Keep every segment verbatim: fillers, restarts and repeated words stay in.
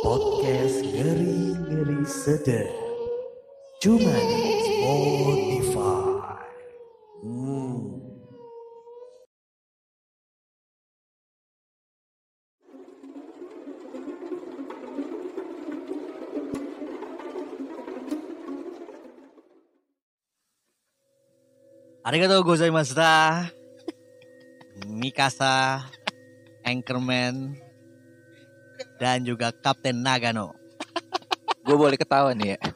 Podcast ngeri-ngeri sedap. Cuma di Spotify. Hmm. Arigatou gozaimashita. Mikasa, Anchorman, dan juga Kapten Nagano. Gue boleh ketawa nih ya.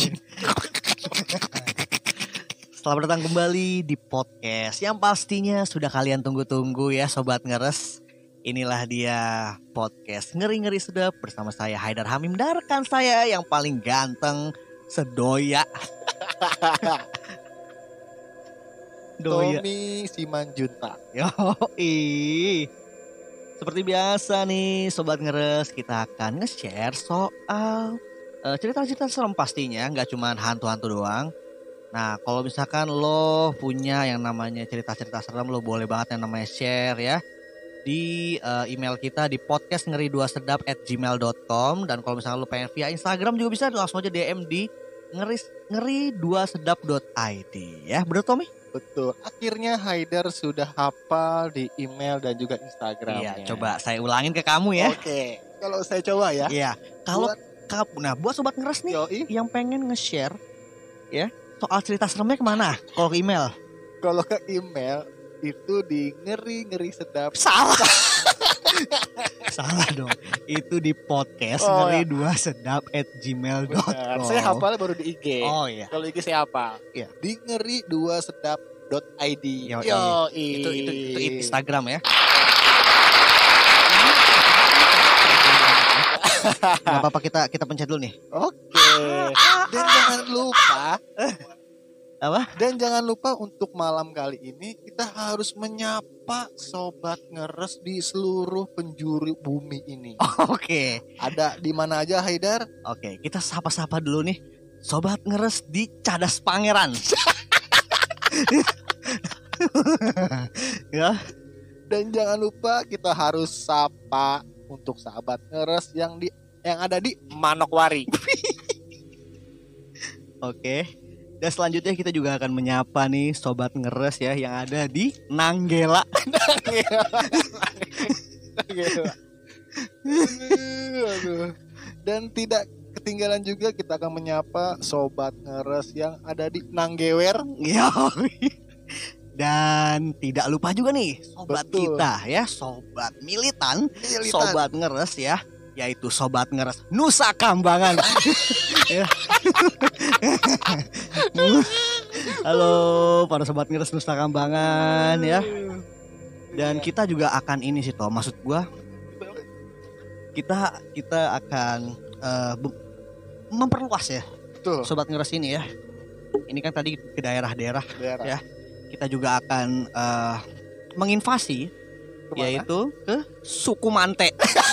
Selamat datang kembali di podcast yang pastinya sudah kalian tunggu-tunggu ya Sobat Ngeres. Inilah dia podcast ngeri-ngeri sedap bersama saya Haidar Hamim dan rekan saya yang paling ganteng sedoya. Doya. Tommy Simanjuntak. Yoi. Seperti biasa nih Sobat Ngeres, kita akan nge-share soal uh, cerita-cerita serem pastinya, gak cuma hantu-hantu doang. Nah kalau misalkan lo punya yang namanya cerita-cerita serem, lo boleh banget yang namanya share ya di uh, email kita di podcast ngeri dua sedap at gmail dot com. Dan kalau misalkan lo pengen via Instagram juga bisa, langsung aja D M di ngeri ngeri dua sedap dot I D ya. Bener Tommy? Betul. Akhirnya Haidar sudah hafal di email dan juga Instagram. Iya, coba saya ulangin ke kamu ya. Oke. Kalau saya coba ya. Iya. Kalau Buat- kamu, nah buat Sobat Ngeres nih Yoi. yang pengen nge-share ya soal cerita seremnya kemana? Kalau ke email? Kalau ke email itu di ngeri-ngeri sedap. Salah. Salah dong. Itu di podcast Oh, ngeri ya. dua sedap at gmail dot Benar. com. Saya hafalnya baru di I G. Oh iya. Kalau I G saya hafal. Iya. Di ngeri dua sedap dot I D. Yo, Yo, Itu, itu itu Instagram ya. Gak apa-apa, kita kita pencet dulu nih. Oke. Dan jangan lupa Apa? Dan jangan lupa untuk malam kali ini kita harus menyapa Sobat Ngeres di seluruh penjuru bumi ini. Oke. Ada di mana aja Haidar? Oke, kita sapa-sapa dulu nih Sobat Ngeres di Cadas Pangeran. Ya. Dan jangan lupa kita harus sapa untuk sahabat Ngeres yang di yang ada di Manokwari. Oke. Dan selanjutnya kita juga akan menyapa nih Sobat Ngeres ya yang ada di Nanggela. Aduh. Dan tidak ketinggalan juga kita akan menyapa Sobat Ngeres yang ada di Nanggewer. Ya. Dan tidak lupa juga nih sobat Betul. kita ya, sobat militan, Militan. sobat Ngeres ya, yaitu Sobat Ngeres Nusa Kambangan. Ya. Halo para Sobat Ngeres Nusa Kambangan ya. Dan kita juga akan ini sih toh, maksud gua kita kita akan uh, be- memperluas ya Betul. Sobat Ngeres ini ya. Ini kan tadi ke daerah-daerah Daerah. ya. Kita juga akan uh, menginvasi Kemana? yaitu ke suku Mante.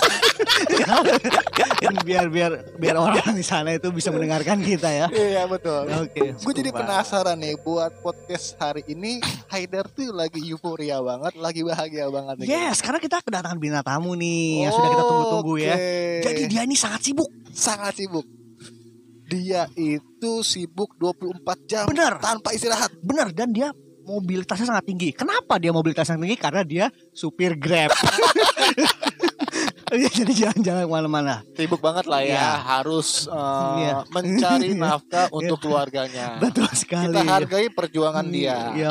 biar biar biar orang di sana itu bisa mendengarkan kita ya. Iya betul. Oke. Gue jadi penasaran nih buat podcast hari ini. Haidar tuh lagi euforia banget, lagi bahagia banget nih. Yes, karena kita kedatangan bintang tamu nih yang sudah kita tunggu-tunggu ya. Oke. Jadi dia ini sangat sibuk. sangat sibuk. Dia itu sibuk dua puluh empat jam Bener. tanpa istirahat. Bener, dan dia mobilitasnya sangat tinggi. Kenapa dia mobilitasnya tinggi? Karena dia supir Grab. Jadi jalan-jalan kemana-mana. Sibuk banget lah ya, Iya. harus uh, Iya. mencari Iya. nafkah untuk keluarganya. Betul sekali. Kita hargai perjuangan dia. Ya,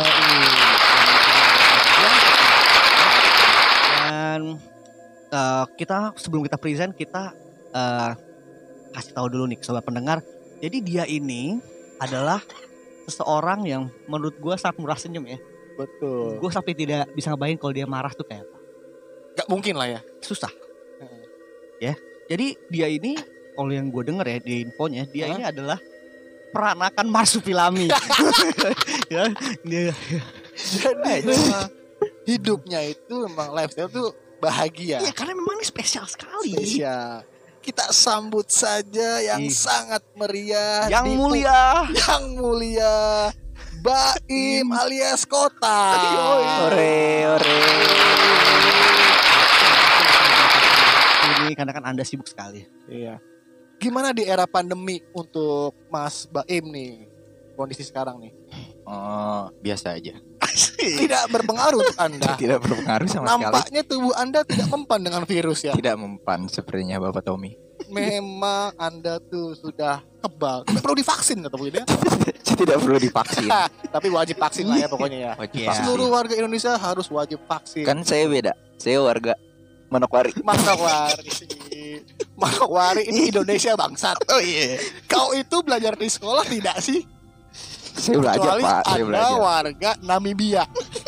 dan uh, kita sebelum kita present kita uh, kasih tahu dulu nih ke sobat pendengar. Jadi dia ini adalah seseorang yang menurut gue sangat murah senyum ya. Betul. Gue sampai tidak bisa ngebayangin kalau dia marah tuh kayak apa. Gak mungkin lah ya. Susah. Ya. Jadi dia ini kalau yang gue denger ya di infonya, dia Hah? ini adalah peranakan marsupilami. Ya, dia Jadi memang hidupnya itu memang lifestyle tuh bahagia. Iya, karena memang ini spesial sekali. Spesial. Kita sambut saja yang Ih. sangat meriah, Yang di- mulia. yang mulia Baim alias Kota. Ore, ore. Ini ini karena kan Anda sibuk sekali. Iya. Gimana di era pandemi untuk Mas Baim nih kondisi sekarang nih? Oh, biasa aja. Tidak berpengaruh untuk Anda. Tidak berpengaruh sama sekali. Nampaknya tubuh Anda tidak mempan dengan virus ya. Tidak mempan sepertinya Bapak Tommy. Memang Anda tuh sudah kebal. Tidak perlu divaksin kata Bu ya. Tidak perlu divaksin. Tapi wajib vaksin lah ya pokoknya ya. Wajib Iya. vaksin. Seluruh warga Indonesia harus wajib vaksin. Kan saya beda. Saya warga Manokwari. Manokwari. Manokwari ini Indonesia bangsat. Oh iya. Kau itu belajar di sekolah tidak sih? Saya belajar Kecuali Pak. Saya Anda belajar. warga Namibia.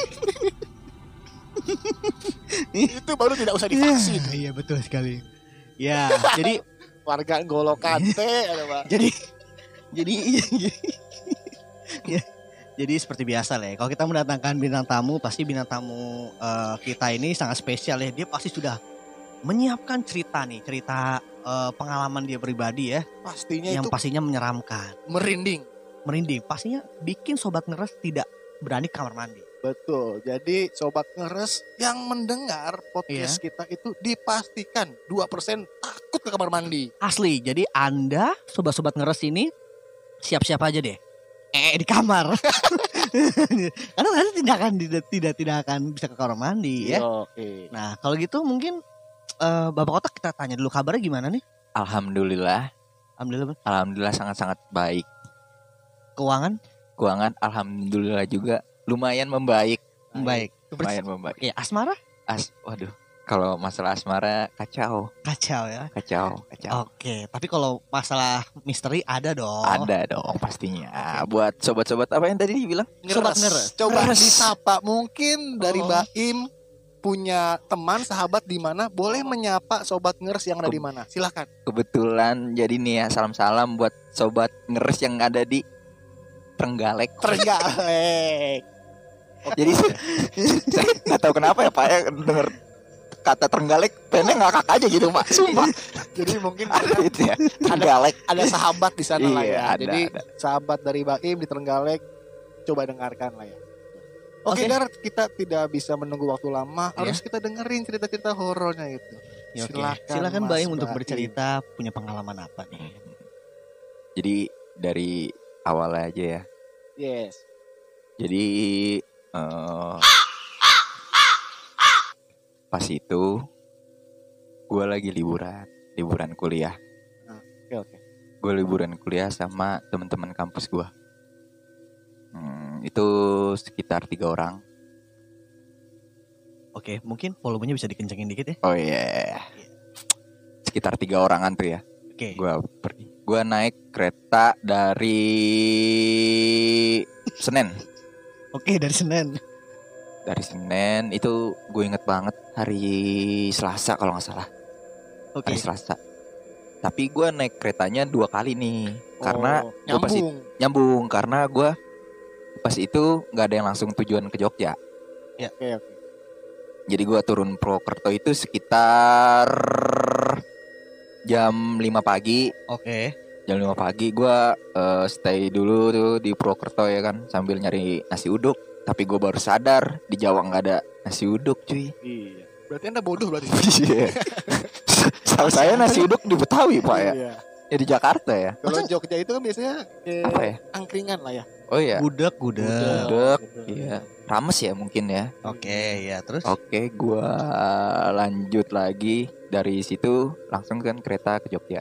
Itu baru tidak usah divaksin. Iya betul sekali. Ya, jadi Warga Golokante ada Pak. jadi jadi ya, jadi seperti biasa lah ya. Kalau kita mendatangkan bintang tamu, pasti bintang tamu eh, kita ini sangat spesial ya. Dia pasti sudah menyiapkan cerita nih, cerita eh, pengalaman dia pribadi ya, Pastinya yang itu pastinya menyeramkan, merinding. merinding. Pastinya bikin sobat ngeres tidak berani ke kamar mandi. Betul. Jadi sobat ngeres yang mendengar podcast kita itu dipastikan dua persen takut ke kamar mandi. Asli. Jadi Anda sobat-sobat ngeres ini siap-siap aja deh. Eh di kamar. Karena Anda tidak akan tidak tidak tidak akan bisa ke kamar mandi ya. Oke. Nah, kalau gitu mungkin eh, Bapak Kotak kita tanya dulu kabarnya gimana nih? Alhamdulillah. Alhamdulillah. Alhamdulillah sangat-sangat baik. Keuangan Keuangan alhamdulillah juga lumayan membaik. baik. Lumayan membaik. Oke, asmara As, waduh. Kalau masalah asmara kacau, kacau ya. kacau, kacau. Oke, tapi kalau masalah misteri ada dong. Ada dong pastinya. Buat sobat-sobat apa yang tadi dibilang? Sobat ngeres. Coba Ngeres. disapa. Mungkin dari Oh. Baim punya teman sahabat di mana boleh menyapa sobat ngeres yang ada di mana. Silakan. Kebetulan jadi nih ya salam-salam buat sobat ngeres yang ada di Trenggalek. Tergalek. Jadi saya nggak tahu kenapa ya Pak ya denger kata Trenggalek pengen ngakak aja gitu Pak. Sumpah. Jadi mungkin Ada itu ya. Trenggalek. ada sahabat di sana lah Iya, ya. ada, Jadi ada. sahabat dari Baim di Trenggalek coba dengarkan lah ya. Oke, Oke. Dar, kita tidak bisa menunggu waktu lama. Iya. Harus kita dengerin cerita-cerita horornya itu. Ya, oke. Silakan, Silakan Mas Baim untuk Baim. bercerita punya pengalaman apa nih? Jadi dari awal aja ya. Yes. Jadi eh, pas itu gue lagi liburan, liburan kuliah. Oke, oke. Gue liburan kuliah sama teman-teman kampus gue. Hmm, itu sekitar tiga orang. Oke, mungkin volumenya bisa dikencengin dikit ya. Oh iya, sekitar tiga orangan tuh ya. Oke. Gue pergi. Gue naik kereta dari Senen. Oke, dari Senin. Dari Senen itu gue inget banget hari Selasa kalau nggak salah. Oke. Hari Selasa. Tapi gue naik keretanya dua kali nih. Karena Oh, gua pas it- nyambung. nyambung. Karena gue pas itu nggak ada yang langsung tujuan ke Jogja. Oke, oke. Jadi gue turun Purwokerto itu sekitar jam lima pagi. Oke. Jam lima pagi gue eh, stay dulu tuh di Purwokerto ya kan. Sambil nyari nasi uduk. Tapi gue baru sadar di Jawa nggak ada nasi uduk cuy. Iya. Berarti Anda bodoh berarti. Iya. Tahu saya nasi uduk di Betawi pak ya. Iya. Ya di Jakarta ya. Kalau Jogja itu kan biasanya eh, Apa ya? angkringan lah ya. Oh iya. Gudeg, gudeg. Gudeg. Iya. Rames ya mungkin ya. Oke, ya terus. Oke, gua lanjut lagi dari situ langsung kan kereta ke Jogja.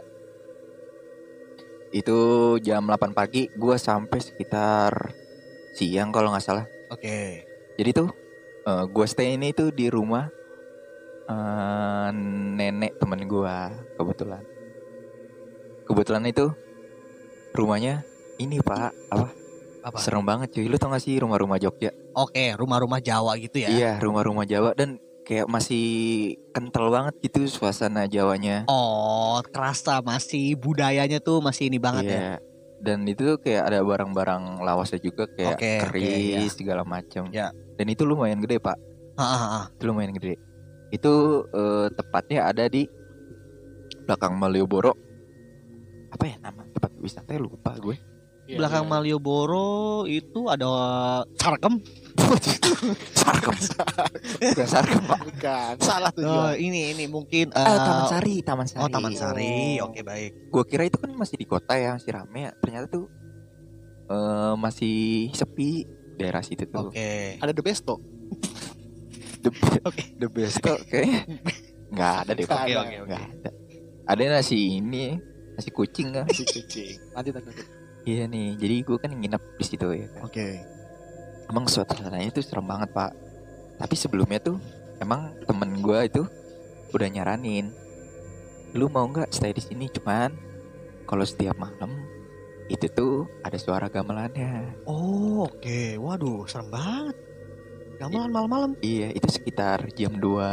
Itu jam delapan pagi, gua sampai sekitar siang kalau nggak salah. Oke. Jadi tuh eh, gua stay ini tuh di rumah eh, nenek temen gua kebetulan. Kebetulan itu rumahnya ini Pak, apa? Apa? Serem banget cuy. Lu tau gak sih rumah-rumah Jogja? Oke, rumah-rumah Jawa gitu ya. Iya, rumah-rumah Jawa dan kayak masih kental banget gitu suasana Jawanya. Oh, kerasa masih budayanya tuh masih ini banget ya. Iya. Dan itu tuh kayak ada barang-barang lawasnya juga kayak Oke, oke, keris iya. segala macam. Ya. Dan itu lumayan gede, Pak. Hahaha. Itu lumayan gede. Itu eh, tepatnya ada di belakang Malioboro. Apa ya nama tempat wisatanya lupa gue. Iya, belakang iya. Malioboro itu ada Sarkem. Sarkem. Bukan Sarkem, Pak. Bukan, salah Oh, tujuan. ini ini mungkin Ah, eh, Taman Sari, Taman Sari. Oh, Taman Sari. Oh. Oke, baik. Gue kira itu kan masih di kota ya, masih rame ya. Ternyata tuh eh, masih sepi daerah situ tuh. Oke. Ada The Besto. The, the best tuh kayaknya nggak ada deh, Pak. Oke, oke, oke. Nggak ada. Ada nasi ini, nasi kucing kan. Si kucing. Lanjut lanjut. Iya nih, jadi gue kan nginep di situ ya kan. Oke. Emang suasananya itu serem banget, Pak. Tapi sebelumnya tuh emang temen gue itu udah nyaranin, lu mau nggak stay di sini, cuman kalau setiap malam itu tuh ada suara gamelannya. Oh, oke. Waduh, serem banget. Gamelan malam-malam. Iya, itu sekitar jam dua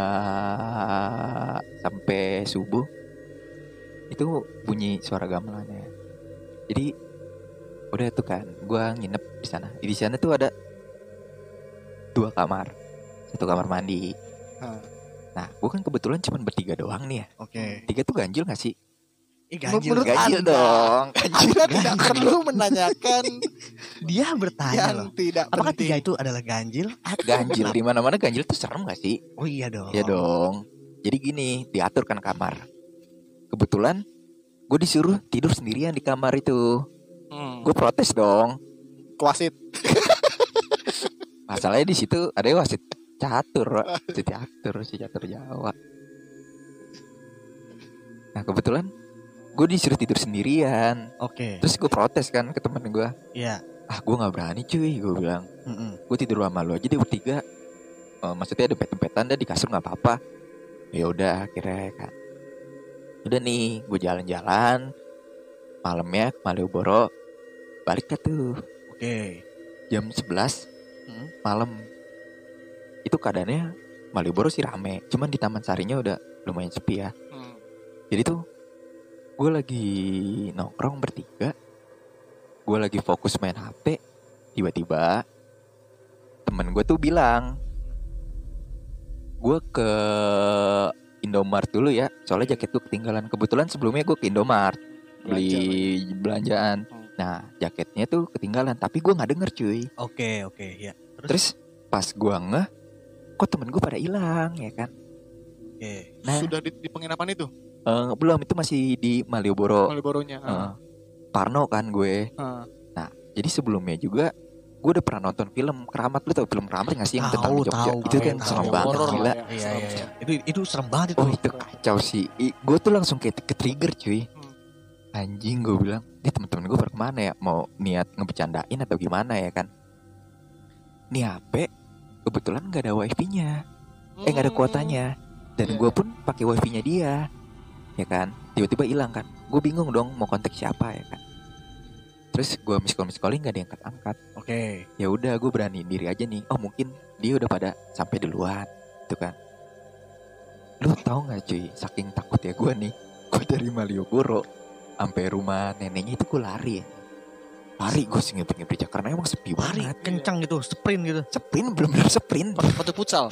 sampai subuh. Itu bunyi suara gamelannya. Jadi udah tuh kan, gua nginep di sana. Di sana tuh ada dua kamar. Satu kamar mandi. Hah. Nah, gua kan kebetulan cuma bertiga doang nih ya. Oke. Tiga tuh ganjil gak sih? Ih, ganjil. Menurut Ganjil Anda. dong. Anda tidak perlu menanyakan Dia bertanya loh. yang tidak Apakah penting. tiga itu adalah ganjil? Ganjil di mana-mana ganjil tuh serem gak sih? Oh iya dong. Iya dong. Jadi gini, diatur kan kamar. Kebetulan gue disuruh tidur sendirian di kamar itu. Hmm. Gue protes dong. Kuasit. Masalahnya di situ ada wasit catur, Pak. Wasit catur, si catur Jawa. Nah kebetulan gue disuruh tidur sendirian. Oke. Terus gue protes kan ke temen gue. Iya. Ah gue nggak berani cuy, gue bilang. Mm-mm. Gue tidur sama lu aja deh bertiga. Eh, maksudnya dempet-dempetan deh di kasur nggak apa-apa. Ya udah akhirnya kan. Udah nih, gue jalan-jalan malamnya ke Malioboro, balik ke tuh Oke. jam sebelas Hmm. malam. Itu keadaannya Malioboro sih rame, cuman di Taman Sarinya udah lumayan sepi ya. Hmm. Jadi tuh gue lagi nongkrong bertiga, gue lagi fokus main H P, tiba-tiba temen gue tuh bilang, gue ke Indomart dulu ya, soalnya jaket gue ketinggalan. Kebetulan sebelumnya gue ke Indomart beli belanjaan. Hmm. Nah jaketnya tuh ketinggalan, tapi gue nggak denger cuy. Oke, oke, ya. Terus pas gue ngeh, kok temen gue pada hilang ya kan? Oke. Nah Sudah di, di penginapan itu eh, belum, itu masih di Malioboro. Malioboro-nya. Eh, Parno kan gue. Ah. Nah jadi sebelumnya juga gue udah pernah nonton film Keramat. Lu tau film Keramat nggak sih yang tentang Tahu, di Jogja? tahu, Itu tahu, kan tahu. serem Yang banget, horor gila. lah ya. Iya, Serem, iya, iya. serem. Itu itu serem banget itu. Oh itu kacau sih. Gue tuh langsung kayak ke trigger cuy. Hmm. Anjing, gue bilang, ini temen-temen gue pada kemana ya? Mau niat ngebecandain atau gimana ya kan? Nih H P kebetulan nggak ada wifi-nya, eh nggak ada kuotanya. Dan Iya. gue pun pakai wifi-nya dia, ya kan? Tiba-tiba hilang kan? Gue bingung dong mau kontak siapa ya kan? Terus gue miss call miss calling nggak diangkat-angkat. Oke. Ya udah, gue beraniin diri aja nih. Oh mungkin dia udah pada sampai duluan, gitu kan? Lu tahu nggak cuy? Saking takutnya gue nih, gue dari Malioboro sampai rumah neneknya itu gue lari ya. Lari gue sih ngepet-ngepet karena emang sepi Lari banget. kencang gitu, sprint gitu. Sprint, belum-belum sprint. Pakai sepatu futsal.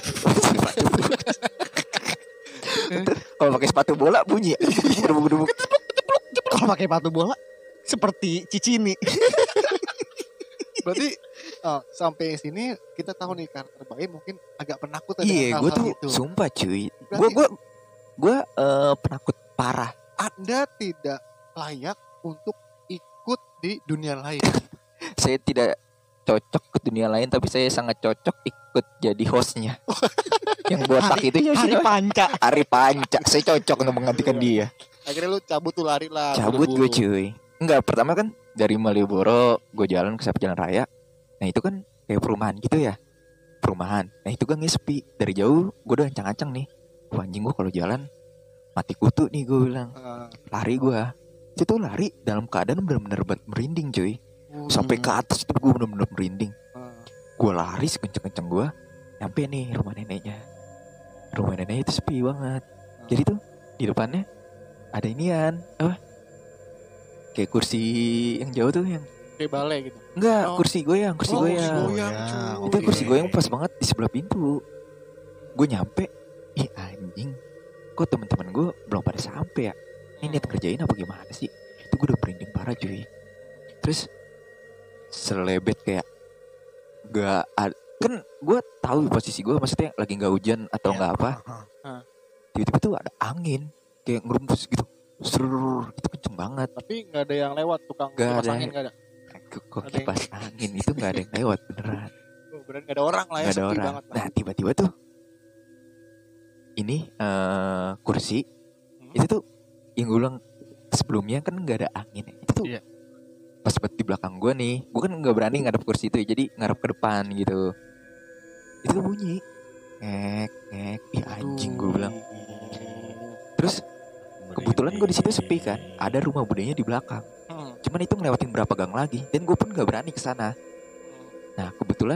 Kalau pakai sepatu bola bunyi. Gedebuk-gedebuk. Kalau pakai sepatu bola seperti Cicini. Berarti oh, sampai sini kita tahu nih karakter Baim mungkin agak penakut dengan Iya, gue hal-hal tuh itu. sumpah cuy. Gue Berarti- gue gue eh, penakut parah. Anda tidak layak untuk ikut di dunia lain. Saya tidak cocok ke dunia lain, tapi saya sangat cocok ikut jadi hostnya. Yang botak Hari- itu ya Hari siapa? panca. Ari Panca. Saya cocok untuk menggantikan dia. Akhirnya lu cabut tuh lari lah. Cabut gue buru-buru. cuy. Enggak, pertama kan dari Malioboro gue jalan ke Sapa Jalan Raya. Nah itu kan kayak perumahan gitu ya. Perumahan. Nah itu kan sepi. Dari jauh gue udah ancang-ancang nih. Wah anjing, gue kalau jalan mati kutu nih, gue bilang. Ah, Lari gue. Itu lari dalam keadaan bener-bener banget merinding cuy. uh, Sampai ke atas tuh gue bener-bener merinding. ah. Gue lari sekenceng-kenceng gue. Nyampe nih rumah neneknya. Rumah neneknya itu sepi banget. Jadi tuh di depannya ada inian. Apa? Kayak kursi yang jauh tuh yang Kayak balai gitu. enggak, Oh. kursi goyang, kursi Oh, goyang. kursi goyang, Ya, cuy. Itu oke. kursi goyang pas banget di sebelah pintu. Gue nyampe, ih anjing, kok teman-teman gue belum pada sampai ya? Ini niat kerjain apa gimana sih? Itu gue udah merinding parah cuy. Terus selebet kayak gak ad- kan gue tahu posisi gue, maksudnya lagi nggak hujan atau nggak apa, Hah. tiba-tiba tuh ada angin kayak ngerumpus gitu, serur, itu kenceng banget. Tapi nggak ada yang lewat tukang Nggak kipas ada. angin nggak ada. Kok kok Ada yang- kipas angin itu nggak ada yang lewat beneran, Oh, berarti nggak ada orang lah ya, nggak ada sepi orang. banget lah. Nah tiba-tiba tuh ini eh, kursi Hmm. itu tuh yang gue bilang sebelumnya kan nggak ada angin ya. Itu tuh Iya. pas buat di belakang gue nih, gue kan nggak berani ngadep kursi itu ya, jadi ngarep ke depan gitu. Itu tuh bunyi ngek ngek, ih anjing gue bilang. Terus kebetulan gue di situ sepi kan, ada rumah budanya di belakang. Hmm. Cuman itu ngelewatin berapa gang lagi, dan gue pun nggak berani ke sana. Nah kebetulan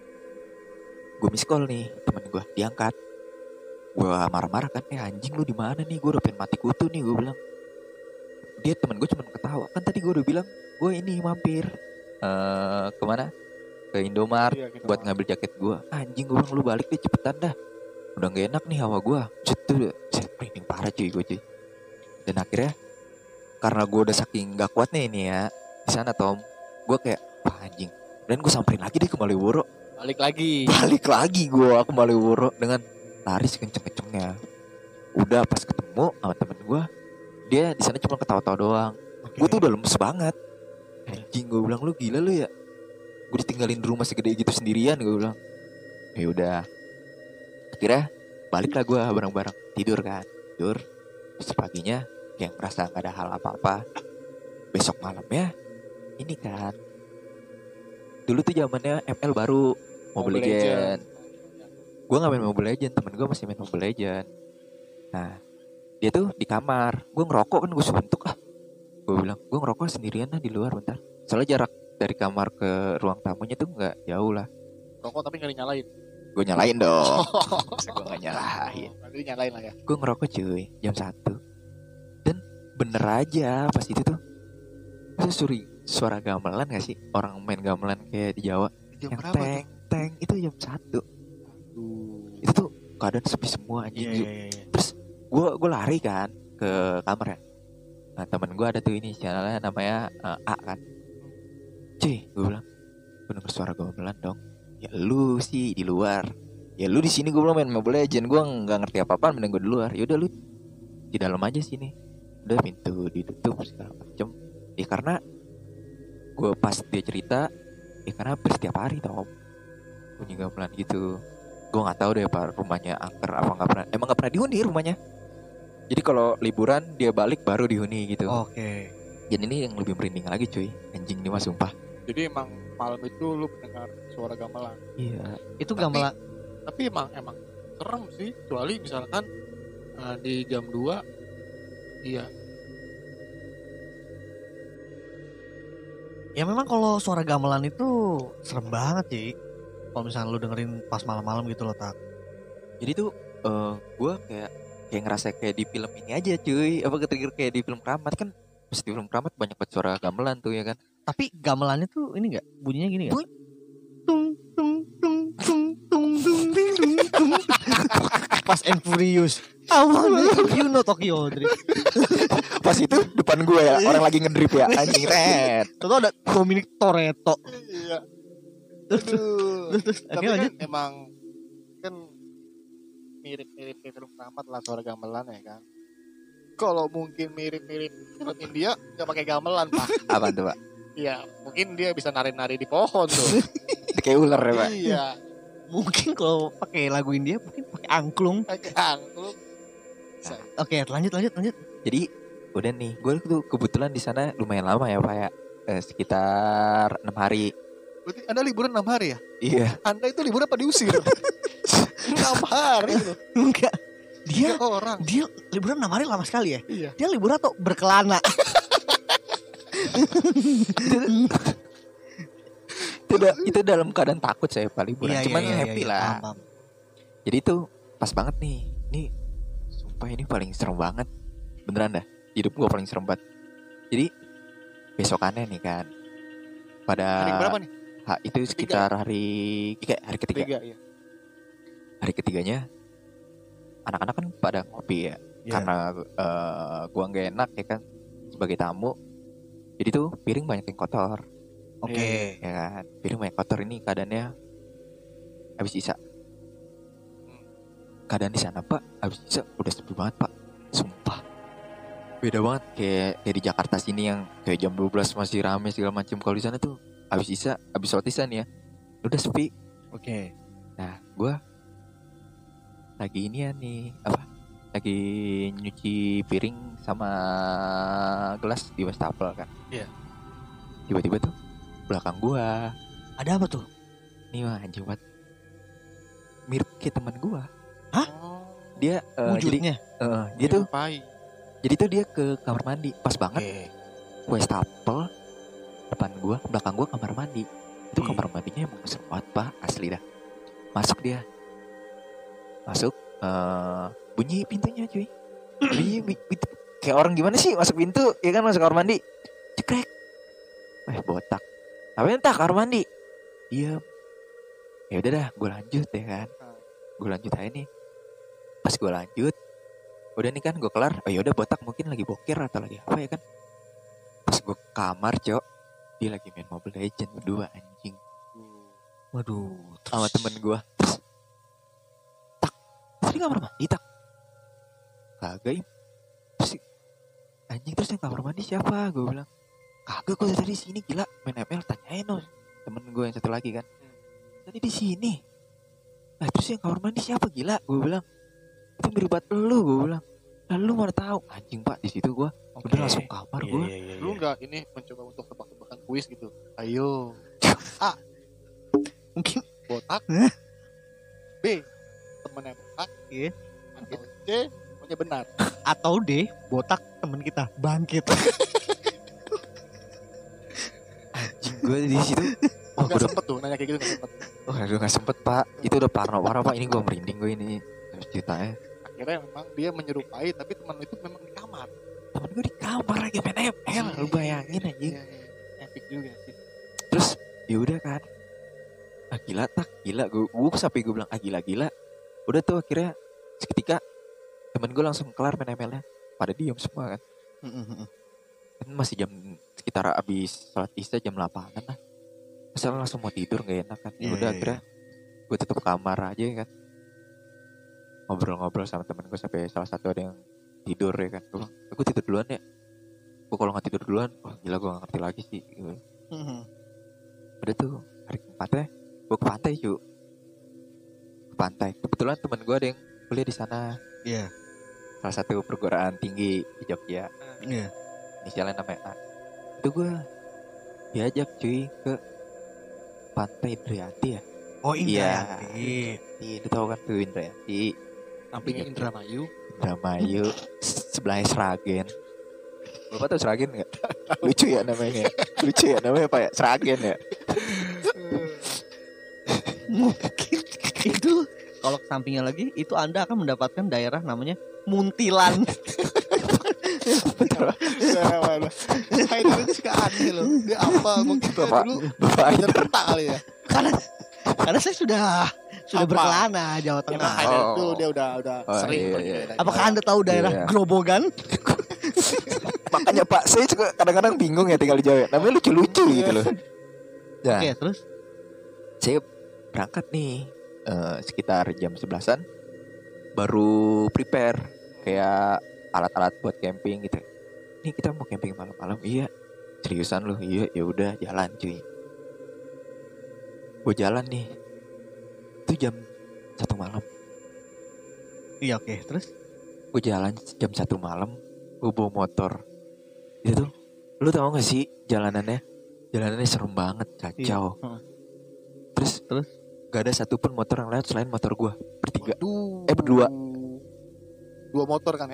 gue miss call nih temen gue, diangkat. Gue marah-marah kan, eh anjing lu di mana nih, gue udah pengen mati kutu nih, gue bilang. Dia temen gue cuma ketawa, kan tadi gue udah bilang gue ini mampir eh kemana, ke Indomaret Iya, gitu. buat ngambil jaket gue. Anjing gue bilang, lu balik deh cepetan dah, udah gak enak nih hawa gue. Cetu, set merinding parah cuy gue cuy. Dan akhirnya karena gue udah saking gak kuat nih ini ya di sana Tom, gue kayak wah anjing, dan gue samperin lagi deh ke Malioboro. Balik lagi. Balik lagi gue ke Malioboro dengan lari sekenceng-kencengnya. Udah pas ketemu sama temen gue, dia di sana cuma ketawa-tawa doang. Gue tuh udah lemes banget. Anjing gue bilang, lu gila lu ya, gue ditinggalin di rumah segede gitu sendirian, gue bilang. Ya udah, akhirnya baliklah gue bareng-bareng, tidur kan, tidur. Terus paginya kayak merasa nggak ada hal apa-apa. Besok malamnya ini kan, dulu tuh zamannya M L baru, Mobile Legend. Gue nggak main Mobile Legend, temen gue masih main Mobile Legend. Nah dia tuh di kamar, gue ngerokok kan, gue suntuk ah. Gue bilang, gue ngerokok sendirian lah di luar bentar. Soalnya jarak dari kamar ke ruang tamunya tuh nggak jauh lah. Rokok tapi nggak dinyalain. Gue nyalain dong. Gue nggak nyalain. Nanti nyalain lah ya. Gue ngerokok cuy jam satu. Dan bener aja pas itu tuh, itu suri suara gamelan gak sih? Orang main gamelan kayak di Jawa. Jam Yang berapa teng teng itu jam satu. tuh? Itu tuh keadaan sepi semua anjing. Iya, iya, iya. Terus gue gue lari kan ke kamar ya. Nah temen gue ada tuh ini channelnya namanya uh, A kan. Cuy, gue bilang, gue denger suara gamelan dong. Ya lu sih di luar. Ya lu di sini, gue belum main Mobile Legend, gue nggak ngerti apa-apaan, mending gue di luar. Ya udah lu di dalam aja sini. Udah pintu ditutup segala macem. Ya karena gue pas dia cerita, ya karena hampir setiap hari tau bunyi gamelan gitu. Gue nggak tahu deh apa rumahnya angker apa nggak pernah. Emang nggak pernah dihuni rumahnya. Jadi kalau liburan dia balik baru dihuni gitu. Oke. Dan ini yang lebih merinding lagi cuy. Anjing nih mas sumpah. Jadi emang malam itu lu mendengar suara gamelan. Iya. Itu Tapi- gamelan. Tapi emang emang serem sih, kecuali misalkan eh, di jam dua. Iya. Ya memang kalau suara gamelan itu serem banget sih. Kalau misalnya lu dengerin pas malam-malam gitu loh, Tak. Jadi tuh eh gue kayak kayak ngerasa kayak di film ini aja cuy. Apa ketrigger kayak di film Keramat kan. Pas di film Keramat banyak banget suara gamelan tuh ya kan. Tapi gamelannya tuh ini enggak? Bunyinya gini enggak? Bunyi. Tung tung tung tung tung tung ding, dung, tung. Fast and Furious. I wanna you know Tokyo Drift. Pas itu depan gue ya orang lagi ngedrip ya anjing red. Tuh ada Dominic Toretto. Iya. Terus Aduh. terus Tapi oke kan lanjut. emang kan mirip-mirip kayak film Keramat lah suara gamelan ya kan. Kalau mungkin mirip-mirip film India nggak pakai gamelan pak. Apa tuh pak? Iya, mungkin dia bisa nari-nari di pohon tuh. Kayak ular ya pak. Iya, Mungkin kalau pakai lagu India mungkin pakai angklung. pakai angklung. Oke, lanjut lanjut lanjut. Jadi udah nih gue tuh kebetulan di sana lumayan lama ya pak ya. Eh, sekitar enam hari. Berarti Anda liburan enam hari ya? Iya. Anda itu liburan apa diusir? enam hari loh. Enggak. Dia Dia orang. dia liburan enam hari lama sekali ya. Iya. Dia liburan atau berkelana? Itu, da- itu dalam keadaan takut saya pak liburan. Iya, Cuman iya, iya, happy iya, lah. paham, paham. Jadi itu pas banget nih. Ini sumpah ini paling serem banget. Beneran dah. Hidup gue paling serem banget. Jadi besokannya nih kan. Pada Hari berapa nih? ha, itu sekitar hari kayak hari ketiga. Tiga ya. Hari ketiganya anak-anak kan pada ngopi ya. Iya. Karena eh, gua nggak enak ya kan sebagai tamu. Jadi tuh piring banyak yang kotor. Oke. ya kan. Piring banyak kotor, ini keadaannya habis isa. Keadaan di sana Pak, habis isa udah sepi banget Pak. Sumpah. Beda banget kayak kayak di Jakarta sini yang kayak jam dua belas masih rame segala macam. Kalau di sana tuh habis isa, habis sholat isya nih ya, udah sepi. Oke. Nah, gue lagi ini ya nih apa? Lagi nyuci piring sama gelas di wastafel kan. Iya. Tiba-tiba tuh belakang gue Ada apa tuh? nih mah anjing banget. Mirip kayak teman gue. Hah? Oh, Dia eh, jadi Wujudnya. eh, dia tuh menyerupai. jadi tuh dia ke kamar mandi pas banget. Oke. Wastafel depan gue, belakang gue kamar mandi. Itu Ih. kamar mandinya emang serem banget Pak, asli dah. Masuk dia. Masuk eh, bunyi pintunya cuy. Bunyi bi- pintu. Kayak orang gimana sih masuk pintu, ya kan, masuk kamar mandi. Cekrek. Eh botak. Tapi entah kamar mandi. Diam. Ya udah dah, gue lanjut ya kan. Gue lanjut aja nih. Pas gue lanjut, udah nih kan gue kelar. Oh ya udah, botak mungkin lagi boker atau lagi apa ya kan. Pas gue ke kamar, Cok, dia lagi main Mobile Legends berdua anjing Waduh. sama temen gue. Tak, tadi kamar mandi tak? Kagak Im. Terus anjing, terus yang kamar mandi siapa? Gue bilang kagak, gue tadi di sini, gila main M L. Tanyain loh temen gue yang satu lagi kan, tadi di sini. Nah terus yang kamar mandi siapa, gila? Gue bilang itu beribat lu, gue bilang. Lalu mana tahu anjing Pak, di situ gue udah langsung kamar gue. Iya, iya, iya, Lu iya. nggak ini mencoba untuk tebak-tebakan kuis gitu? Ayo. A. Mungkin Botak. Hah? B. Temennya botak. Iya. Atau C. Temennya benar. atau D, botak temen kita bangkit. Anjing gue di situ. Oh, gue Nggak udah, sempet tuh nanya kayak gitu, nggak sempet. oh, udah gak sempet Pak. Itu udah parno parah Pak. Ini gue merinding gue ini. Terus ceritanya Akhirnya memang dia menyerupai, tapi teman itu memang di kamar. temen gue di kamar lagi main M L. Lu bayangin anjing. Iya, iya. Epic juga sih. Terus ya udah kan, ah gila tak, gila gue, gue sampai gue bilang ah gila gila. Udah tuh akhirnya seketika temen gue langsung kelar main M L-nya, pada diem semua kan. Kan masih jam sekitar abis sholat isya jam delapanan lah. Masalah langsung mau tidur gak enak kan. Ya Iya, udah iya, akhirnya gue tutup kamar aja kan. Ngobrol-ngobrol sama temen gue sampai salah satu ada yang tidur ya kan. Gue bilang, gue tidur duluan ya. Gue kalau nggak tidur duluan, wah gila gue gak ngerti lagi sih. Gitu. Udah tuh hari keempatnya gue ke pantai cu. Ke pantai. Kebetulan temen gue ada yang kuliah di sana. Iya. Salah satu perguruan tinggi di Jogja. Iya. Inisialnya namanya A. Itu gue diajak cuy ke pantai Indrayati ya. Oh Iya. Indrayati. Iya, lu tau kan tuh Indrayati. Sampingnya Indramayu. Indramayu. Sebelahnya Sragen. Bapak tau Sragen gak? Lucu ya namanya. Lucu ya namanya Pak ya? Sragen ya. Mungkin itu kalau ke sampingnya lagi itu Anda akan mendapatkan daerah namanya Muntilan. Hai itu suka aneh loh. Dia apa? Mungkin dia Bapak- dulu Bapak belajar peta kali ya. karena karena saya sudah sudah Apa? berkelana Jawa Emang Tengah. Haidar Oh. itu dia udah udah Oh, sering iya, pergi iya. ke daerah. Apakah Anda tahu daerah Iya. Grobogan? Makanya Pak, saya juga kadang-kadang bingung ya tinggal di Jawa. Namanya lucu-lucu gitu loh. Ya, Oke, terus saya berangkat nih eh, sekitar jam sebelasan. Baru prepare kayak alat-alat buat camping gitu. Nih kita mau camping malam-malam. Iya. Seriusan lu? Iya, ya udah jalan cuy. Gue jalan nih. Itu jam satu malam. iya oke, terus Gue jalan jam satu malam. Gue bawa motor. Itu tuh, lu tau gak sih jalanannya? Jalanannya serem banget, kacau. Iya. Heeh. Terus, Terus? gak ada satupun motor yang lewat selain motor gue bertiga. Waduh. Eh, berdua. Dua motor kan ya?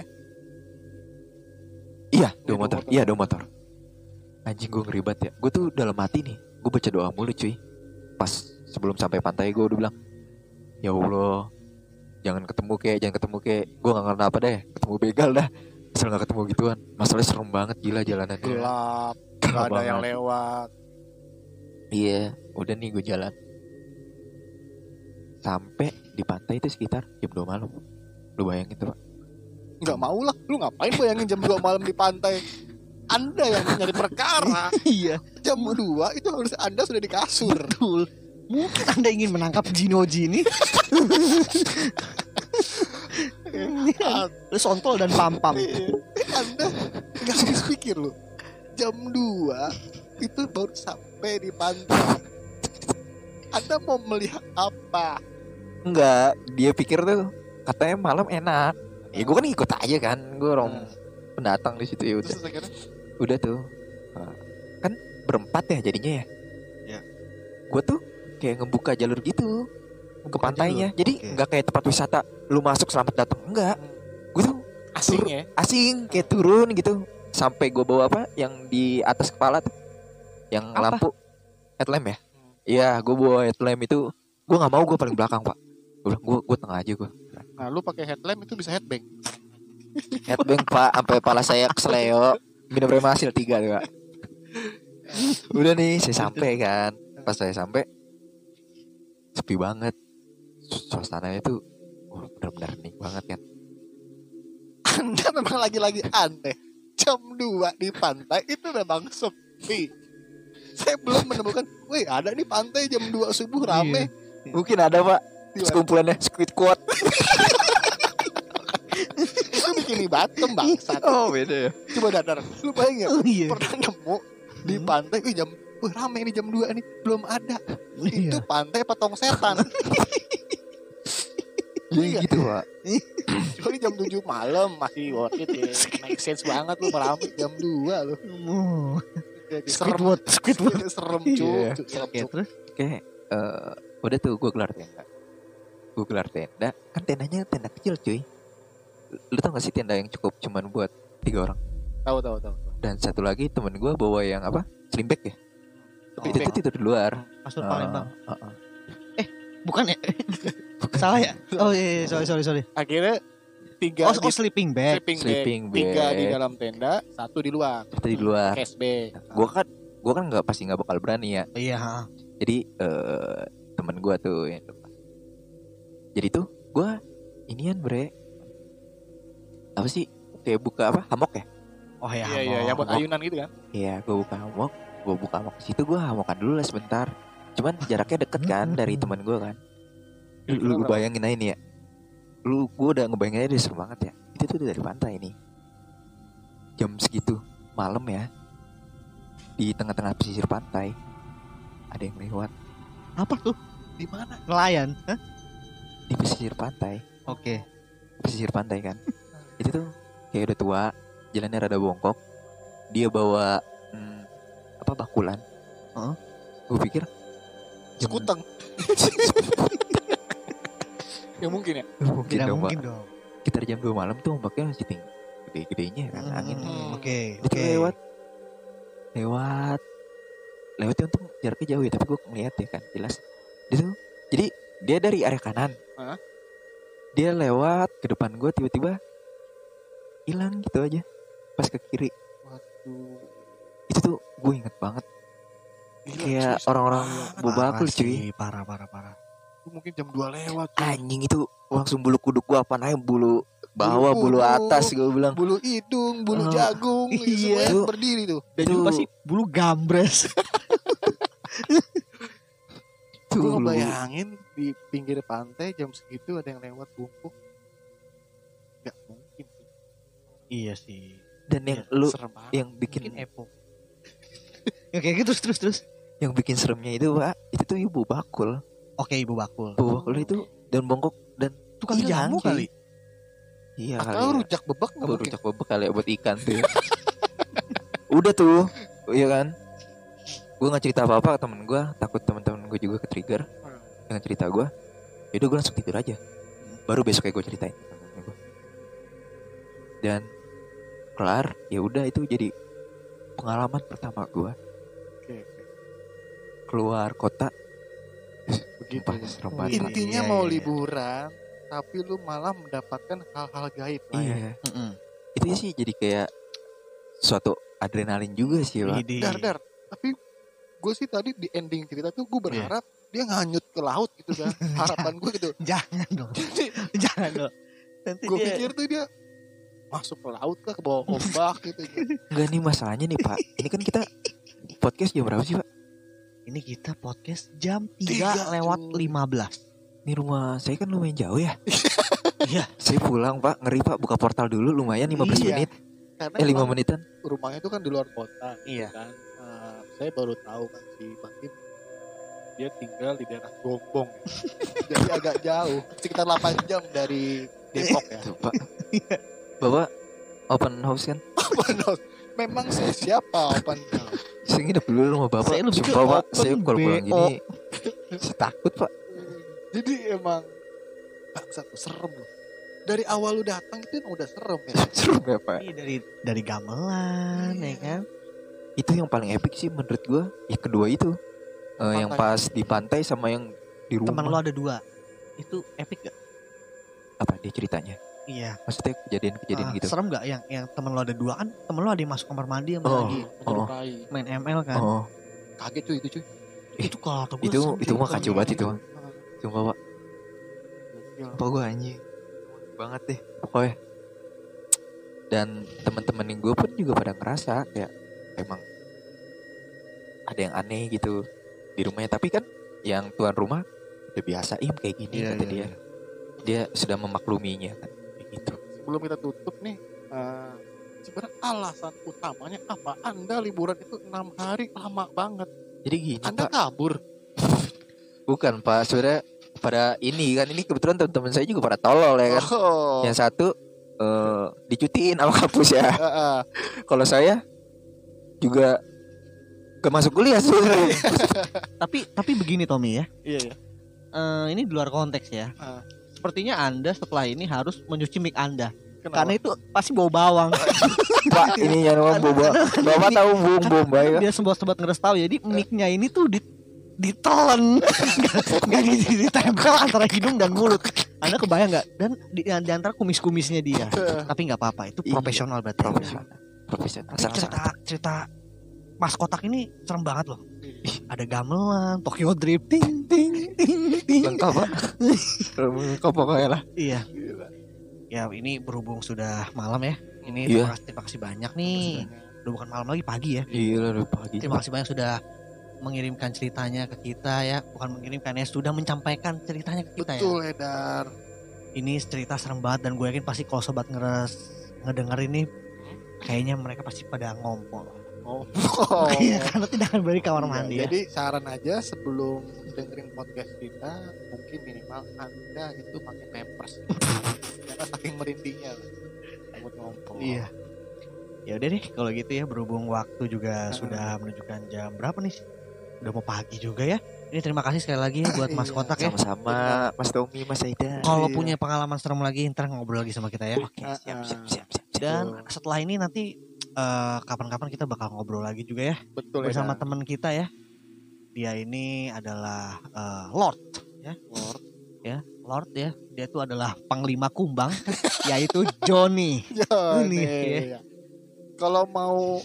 Iya, Iya, dua dua motor. motor. Iya, dua motor. Anjing, gue ngeribat ya. Gue tuh dalam hati nih, gue baca doa mulu cuy. Pas sebelum sampai pantai gue udah bilang, ya Allah, jangan ketemu kek, jangan ketemu kek. Gue gak ngerti apa deh, ketemu begal dah. Asal gak ketemu gituan. Masalahnya serem banget, gila jalanannya. Gelap, Gelap gak ada yang banget. lewat. Iya, udah nih gue jalan. Sampai di pantai itu sekitar jam dua malam. Lu bayangin tuh Pak. Nggak mau lah, lu ngapain bayangin jam dua malam di pantai? Anda yang nyari perkara. Iya, Jam dua itu harus Anda sudah di kasur. betul. Mungkin Anda ingin menangkap Jinoji ini. Terus Sontol dan Pam-Pam. Anda nggak habis pikir loh. Jam dua itu baru sampai di pantai. Anda mau melihat apa? Enggak, dia pikir tuh katanya malam enak. Ya gue kan ikut aja kan, gue orang pendatang di situ ya udah. Terus akhirnya Udah tuh, uh, kan berempat ya jadinya ya. Ya. Gue tuh kayak ngebuka jalur gitu ke Ngebuka pantainya. jalur, Jadi oke. nggak kayak tempat wisata, lu masuk selamat datang. Enggak, gue tuh asing tur- ya. asing kayak turun gitu. Sampai gue bawa apa yang di atas kepala tuh, yang Apa? lampu headlamp ya. Iya, gue bawa headlamp itu. Gue nggak mau, gue paling belakang pak. Gue bilang gue gue tengah aja gue. Nah, lu pakai headlamp itu bisa headbang. Headbang pak, sampai kepala saya kesleo. Minum remasil tiga tuh pak. Udah nih, saya sampai kan. Pas saya sampai, sepi banget. Suasananya tuh, oh, benar-benar hening banget kan. Anda memang lagi-lagi aneh. Jam dua di pantai itu memang sepi. Saya belum menemukan, wih ada nih pantai jam dua subuh rame. Mungkin ada pak, Gimana? sekumpulannya Squidward. Itu bikini bottom bangsat. Oh beda ya. Coba dadar, lu bayangin Oh iya. pernah nemu di pantai, wih jam, wih rame nih jam dua nih, belum ada. Itu Iya. pantai patung setan. Iya gitu pak. Kecuali jam tujuh malam masih worth it ya. Make sense banget lu merame jam dua lu. Oh. Jadi serem, Squidward, Squidward. serem Iya. cuk, cuk, serem Oke, cuk. terus Oke, eh, udah tuh gue gelar tenda. Gue gelar tenda, kan tendanya tenda kecil cuy. Lu tau gak sih tenda yang cukup cuman buat tiga orang? Tahu tahu tahu. Dan satu lagi temen gue bawa yang apa? Sling bag ya? Tapi Itu tuh tidur di luar. kasur Eh, Palembang. eh, eh. Bukan ya? Salah ya? Oh iya, iya, sorry sorry sorry. akhirnya tiga Oh, di oh sleeping bag. sleeping, Sleeping bag, tiga bag. di dalam tenda, satu di luar. Kita di luar. Cash bag. Gue kan, gue kan nggak pasti nggak bakal berani ya. Iya, ha. Jadi eh, temen gue tuh yang depan. Jadi tuh gue inian bre. Apa sih? Kayak buka apa? Hamok ya? Oh ya. Iya iya, yang buat hamok. ayunan gitu kan. Iya, gue buka hamok, gue buka hamok di situ, gue hamokan dulu lah sebentar. Cuman jaraknya deket kan dari teman gue kan. Lu, lu Berapa? bayangin aja nih ya. Lu gue udah ngebayangin aja, udah seru banget ya. Itu tuh dari pantai nih. Jam segitu malam ya. Di tengah-tengah pesisir pantai ada yang lewat Apa tuh? Di mana? Nelayan? Hah? di pesisir pantai. Oke. Pesisir pantai kan. Itu tuh kayak udah tua, jalannya rada bongkok. Dia bawa hmm, apa bakulan. Heeh. Gue pikir jam- Sekuteng. Ya mungkin ya. mungkin Tidak dong, Pak. mungkin dong. Sekitar jam dua malam tuh ombaknya masih tinggi, gede-gedenya kan Hmm, angin. Oke, Dia tuh oke. lewat, lewat, lewatnya untung jaraknya jauh ya, tapi gue ngeliat ya kan jelas. Dia tuh, jadi dia dari area kanan, Hah? dia lewat ke depan gue tiba-tiba hilang gitu aja, pas ke kiri. Waduh. Itu tuh gue inget banget, Gila, kayak cuy, orang-orang parah. bubakul Parah cuy. sih, Parah, parah, parah. Itu mungkin jam dua lewat. cuy. Anjing itu langsung bulu kuduk gue apa naik bulu bawah, Bulu bulu kuduk. atas gue bilang. Bulu hidung, bulu Oh, jagung, itu iya. semuanya berdiri tuh. Dan Tuh. juga pasti bulu gambres. Tuh, Gue lu- ngebayangin di pinggir pantai jam segitu ada yang lewat bungkuk. Gak mungkin. Iya sih. Dan yang Iya, lu Serem banget. yang bikin Mungkin Epo. Ya kayak gitu terus terus terus. yang bikin seremnya itu pak, itu tuh ibu bakul. Oke, Ibu Bakul. Ibu bakul itu dan bongkok dan Tukang hilang, jamu cuy. kali. Iya kali. Atau ya. rujak bebek gak Baru mungkin. rujak bebek kali ya buat ikan tuh. Ya. Udah tuh, iya kan. Gue nggak cerita apa-apa ke temen gue, takut temen-temen gue juga ke trigger Hmm. dengan cerita gue. Yaudah gue langsung tidur aja. Baru besoknya gue ceritain. ke temen gua. Dan kelar, ya udah itu jadi pengalaman pertama gue Oke, oke. keluar kota. Begitu. Sumpah, ya. serem Oh, banget. Intinya Iya, mau iya. liburan, tapi lu malah mendapatkan hal-hal gaib lah ya. Iya, Heeh. itu sih jadi kayak suatu adrenalin juga sih pak. Widih. Dar, dar. Tapi gue sih tadi di ending cerita tuh gue berharap dia nganyut ke laut gitu kan. Harapan gue gitu. Jangan dong. Jadi Jangan dong. Nanti gue dia pikir tuh dia masuk ke laut kah, ke bawah ombak gitu. Enggak nih masalahnya nih Pak. Ini kan kita podcast jam berapa sih Pak? Ini kita podcast jam tiga Tiga, lewat cuy. lima belas. Ini rumah saya kan lumayan jauh ya. Iya. Saya pulang Pak, ngeri Pak, buka portal dulu lumayan lima belas Iya. menit. Karena Eh lima emang menitan. rumahnya itu kan di luar kota. Iya. Kan. Eh, saya baru tahu kan si Bang Im dia tinggal di daerah Gombong. Jadi agak jauh, sekitar delapan jam dari Depok ya. Tuh, Pak. Bapak open house kan? Open house. Memang saya siapa open house? Saya nginep dulu di rumah Bapak. Saya lebih ke Sumpah Pak, open saya kalau pulang B O. gini saya takut Pak. Jadi emang bangsa tuh serem loh. Dari awal lu datang itu emang udah serem ya. Serem ya Pak. Ini dari dari gamelan ya kan. Itu yang paling epic sih menurut gua. Ya kedua itu. Eh, yang Pantai. pas di pantai sama yang di rumah. Teman lo ada dua. Itu epic gak? Apa dia ceritanya? Iya. Maksudnya kejadian-kejadian Ah, gitu. serem gak yang yang teman lo ada dua kan? Temen lo ada yang masuk kamar mandi sama Oh. lagi Menyerupai. main M L kan. Oh, Kaget cuy itu cuy. Itu kalau kata gua itu serem, itu cuy. mah kacau banget itu. Ah, Sumpah Pak. gila. Apa gua anjing. Banget deh pokoknya. Dan teman-teman yang gue pun juga pada ngerasa kayak emang ada yang aneh gitu di rumahnya, tapi kan yang tuan rumah udah biasa im kayak gini Iya, kata iya, dia. iya. Dia sudah memakluminya kan kayak gitu. Sebelum kita tutup nih, eh, sebenarnya alasan utamanya apa? Anda liburan itu enam hari lama banget. Jadi gini Anda Pak, kabur. bukan Pak, sebenarnya pada ini kan ini kebetulan teman-teman saya juga pada tolol ya kan. Oh. Yang satu eh, dicutiin sama kampus ya. Heeh. Kalau saya juga gak masuk kuliah sebenarnya. Tapi tapi begini Tommy ya. Iya ya. Eh, ini di luar konteks ya. Ah. Sepertinya Anda setelah ini harus mencuci mic Anda. Kenapa? Karena itu pasti bau bawang. Pak ini yang nama boba. Bapak tahu bung bombay kan? Dia sempat-sempat ngeres tahu. Jadi mic-nya ini tuh di ditelen, nggak di- ditempel antara hidung dan mulut. Anda kebayang nggak? Dan di, di antara kumis-kumisnya dia. Tapi nggak apa-apa, itu Iya. profesional berarti. Profesional. Profesional. Tapi Sangat-sangat. cerita cerita Mas Kotak ini serem banget loh. Ada gamelan, Tokyo Drift, ting ting ting ting. Lengkap Pak. Lengkap pokoknya lah. Iya. Ya ini berhubung sudah malam ya. Ini Iya. terima kasih, terima kasih banyak nih. Udah bukan malam lagi, pagi ya. Gila udah pagi. Terima kasih banyak sudah mengirimkan ceritanya ke kita ya. Bukan mengirimkan ya, sudah menyampaikan ceritanya ke kita ya. Betul Edar. Ini cerita serem banget dan gue yakin pasti kalau sobat ngeres ngedenger ini kayaknya mereka pasti pada ngompol. Oh. Iya, karena tidak akan balik kamar Iya, mandi ya. Jadi saran aja sebelum dengerin podcast kita, mungkin minimal Anda itu pakai pampers. Karena saking merindingnya lah. Takut ngompol. Iya. Ya udah deh kalau gitu ya, berhubung waktu juga sudah menunjukkan jam berapa nih? Udah mau pagi juga ya. Ini terima kasih sekali lagi buat Mas Iya, Kotak ya. Sama-sama Mas Tommy, Mas Aida. Kalau Iya. punya pengalaman serem lagi ntar ngobrol lagi sama kita ya. Oke, siap, siap, siap, siap. Dan setelah ini nanti eh, kapan-kapan kita bakal ngobrol lagi juga ya Betul bersama Edar. teman kita ya. Dia ini adalah eh, Lord ya. Lord. Ya, Lord ya. Dia itu adalah panglima kumbang yaitu Johnny. Ya, Ini, nih, ya. ya. Kalau mau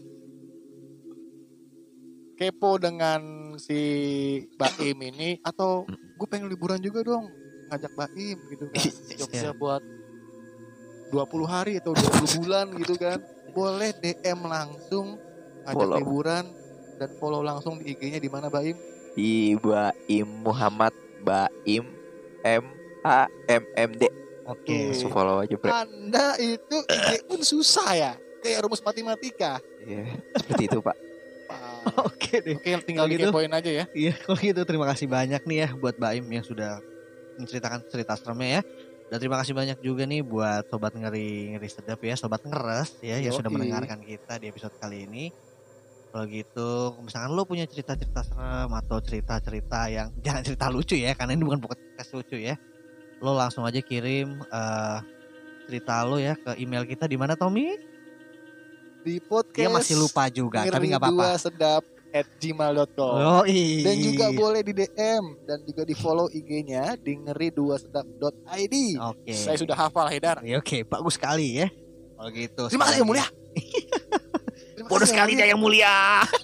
kepo dengan si Baim ini atau gue pengen liburan juga dong, ngajak Baim gitu kan, Jogja Iya. buat dua puluh hari atau dua puluh bulan gitu kan, boleh D M langsung ngajak Follow. liburan dan follow langsung di I G-nya di mana Baim? Di Baim Muhammad Baim M A M M D. Oke. Langsung follow aja, Bre. Anda itu I G pun susah ya, kayak rumus matematika. Iya, seperti itu, Pak. Wah. Oke deh. Oke, tinggal Kalau gitu, dikepoin aja ya. Iya, kalau gitu terima kasih banyak nih ya buat Baim yang sudah menceritakan cerita seremnya ya. Dan terima kasih banyak juga nih buat sobat ngeri ngeri sedap ya, sobat ngeres ya yang sudah Yoi. mendengarkan kita di episode kali ini. Kalau gitu, misalkan lo punya cerita-cerita serem atau cerita-cerita yang jangan cerita lucu ya, karena ini bukan podcast lucu ya. Lo langsung aja kirim eh, cerita lo ya ke email kita di mana Tommy? Di podcast Dia masih lupa juga, tapi nggak apa-apa. ngeri dua sedap at gmail dot com. Oh, iya. Dan juga boleh di D M dan juga di follow I G-nya di ngeri dua sedap dot I D. Oke. Saya sudah hafal Haidar. Ya, oke, bagus sekali ya. Kalau gitu. Terima kasih yang mulia. Terima Bodoh kasih, sekali dia yang mulia.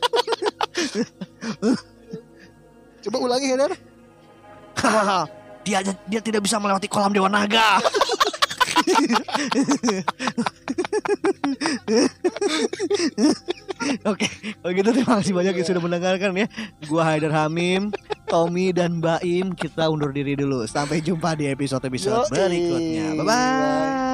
Coba ulangi Haidar. dia dia tidak bisa melewati kolam Dewa Naga. Oke, kalau gitu terima kasih banyak yang sudah mendengarkan ya. Gua Haidar Hamim, Tommy dan Baim, kita undur diri dulu. Sampai jumpa di episode-episode Yoi. berikutnya. Bye bye.